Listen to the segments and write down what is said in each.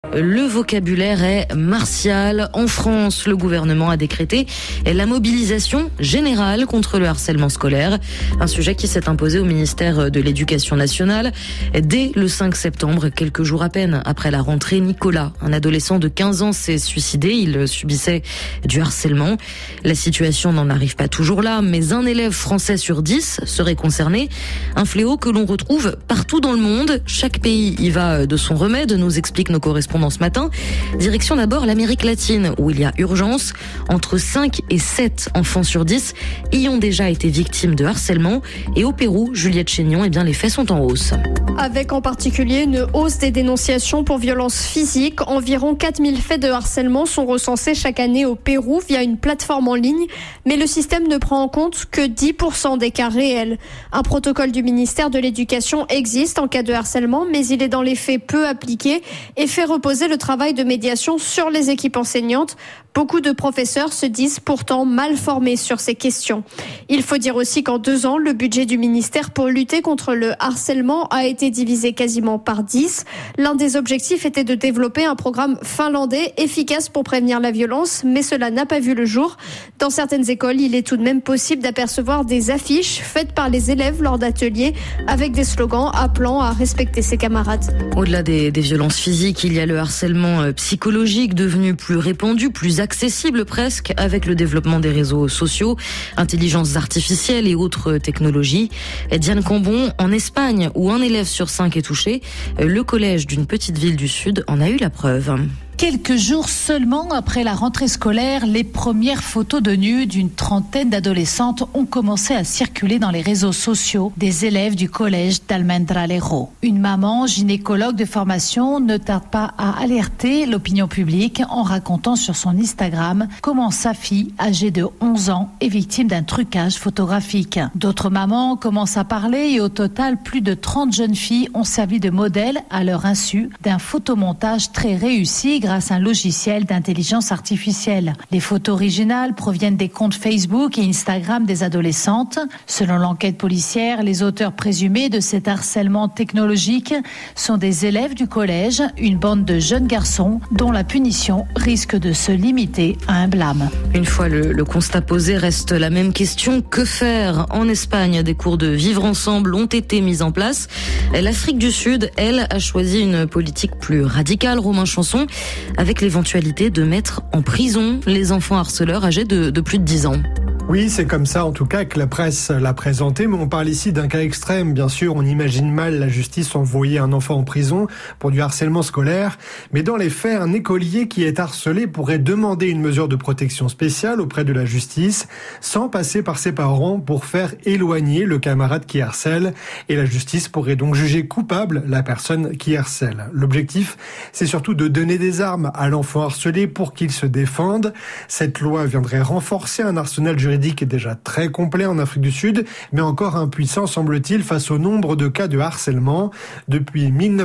Le vocabulaire est martial. En France, le gouvernement a décrété la mobilisation générale contre le harcèlement scolaire. Un sujet qui s'est imposé au ministère de l'Éducation nationale. Dès le 5 septembre, quelques jours à peine après la rentrée, Nicolas, un adolescent de 15 ans, s'est suicidé. Il subissait du harcèlement. La situation n'en arrive pas toujours là, mais un élève français sur 10 serait concerné. Un fléau que l'on retrouve partout dans le monde. Chaque pays y va de son remède, nous expliquent nos correspondants ce matin. Direction d'abord l'Amérique latine, où il y a urgence. Entre 5 et 7 enfants sur 10 y ont déjà été victimes de harcèlement. Et au Pérou, Juliette Chénion, les faits sont en hausse. Avec en particulier une hausse des dénonciations pour violences physiques. Environ 4000 faits de harcèlement sont recensés chaque année au Pérou via une plateforme en ligne. Mais le système ne prend en compte que 10% des cas réels. Un protocole du ministère de l'Éducation existe en cas de harcèlement, mais il est dans les faits peu appliqué et fait reposer le travail de médiation sur les équipes enseignantes. Beaucoup de professeurs se disent pourtant mal formés sur ces questions. Il faut dire aussi qu'en 2 ans, le budget du ministère pour lutter contre le harcèlement a été divisé quasiment par 10. L'un des objectifs était de développer un programme finlandais efficace pour prévenir la violence, mais cela n'a pas vu le jour. Dans certaines écoles, il est tout de même possible d'apercevoir des affiches faites par les élèves lors d'ateliers avec des slogans appelant à respecter ses camarades. Au-delà des violences physiques, il y a le harcèlement psychologique devenu plus répandu, plus accessible presque avec le développement des réseaux sociaux, intelligence artificielle et autres technologies. Diane Cambon, en Espagne, où un élève sur 5 est touché, le collège d'une petite ville du Sud en a eu la preuve. Quelques jours seulement après la rentrée scolaire, les premières photos de nus d'une trentaine d'adolescentes ont commencé à circuler dans les réseaux sociaux des élèves du collège d'Almendralejo. Une maman gynécologue de formation ne tarde pas à alerter l'opinion publique en racontant sur son Instagram comment sa fille, âgée de 11 ans, est victime d'un trucage photographique. D'autres mamans commencent à parler et au total, plus de 30 jeunes filles ont servi de modèle à leur insu d'un photomontage très réussi grâce à un logiciel d'intelligence artificielle. Les photos originales proviennent des comptes Facebook et Instagram des adolescentes. Selon l'enquête policière, les auteurs présumés de cet harcèlement technologique sont des élèves du collège, une bande de jeunes garçons dont la punition risque de se limiter à un blâme. Une fois le constat posé, reste la même question. Que faire ? En Espagne, des cours de vivre ensemble ont été mis en place. L'Afrique du Sud, elle, a choisi une politique plus radicale, Romain Chanson, avec l'éventualité de mettre en prison les enfants harceleurs âgés de plus de 10 ans. Oui, c'est comme ça en tout cas que la presse l'a présenté, mais on parle ici d'un cas extrême. Bien sûr, on imagine mal la justice envoyer un enfant en prison pour du harcèlement scolaire, mais dans les faits, un écolier qui est harcelé pourrait demander une mesure de protection spéciale auprès de la justice, sans passer par ses parents pour faire éloigner le camarade qui harcèle, et la justice pourrait donc juger coupable la personne qui harcèle. L'objectif, c'est surtout de donner des armes à l'enfant harcelé pour qu'il se défende. Cette loi viendrait renforcer un arsenal juridique est déjà très complet en Afrique du Sud, mais encore impuissant, semble-t-il, face au nombre de cas de harcèlement. Depuis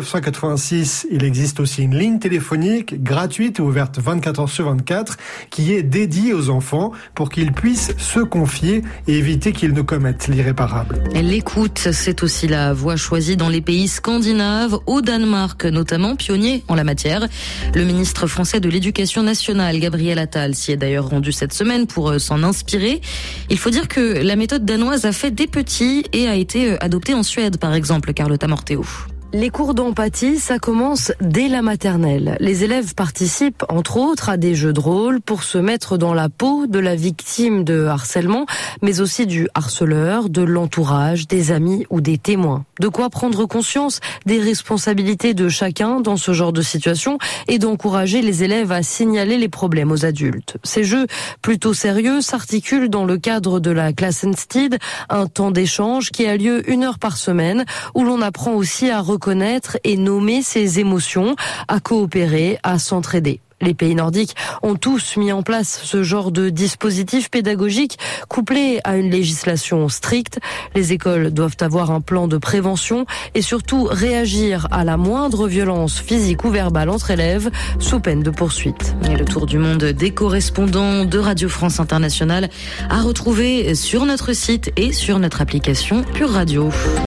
1986, il existe aussi une ligne téléphonique gratuite et ouverte 24 heures sur 24 qui est dédiée aux enfants pour qu'ils puissent se confier et éviter qu'ils ne commettent l'irréparable. L'écoute, c'est aussi la voie choisie dans les pays scandinaves, au Danemark notamment, pionnier en la matière. Le ministre français de l'Éducation nationale, Gabriel Attal, s'y est d'ailleurs rendu cette semaine pour s'en inspirer. Il faut dire que la méthode danoise a fait des petits et a été adoptée en Suède, par exemple, Carlotta Morteo. Les cours d'empathie, ça commence dès la maternelle. Les élèves participent, entre autres, à des jeux de rôle pour se mettre dans la peau de la victime de harcèlement, mais aussi du harceleur, de l'entourage, des amis ou des témoins. De quoi prendre conscience des responsabilités de chacun dans ce genre de situation et d'encourager les élèves à signaler les problèmes aux adultes. Ces jeux plutôt sérieux s'articulent dans le cadre de la Klassenstid, un temps d'échange qui a lieu 1 heure par semaine, où l'on apprend aussi à reconnaître et nommer ses émotions, à coopérer, à s'entraider. Les pays nordiques ont tous mis en place ce genre de dispositif pédagogique couplé à une législation stricte. Les écoles doivent avoir un plan de prévention et surtout réagir à la moindre violence physique ou verbale entre élèves sous peine de poursuite. Et le tour du monde des correspondants de Radio France Internationale à retrouver sur notre site et sur notre application Pure Radio.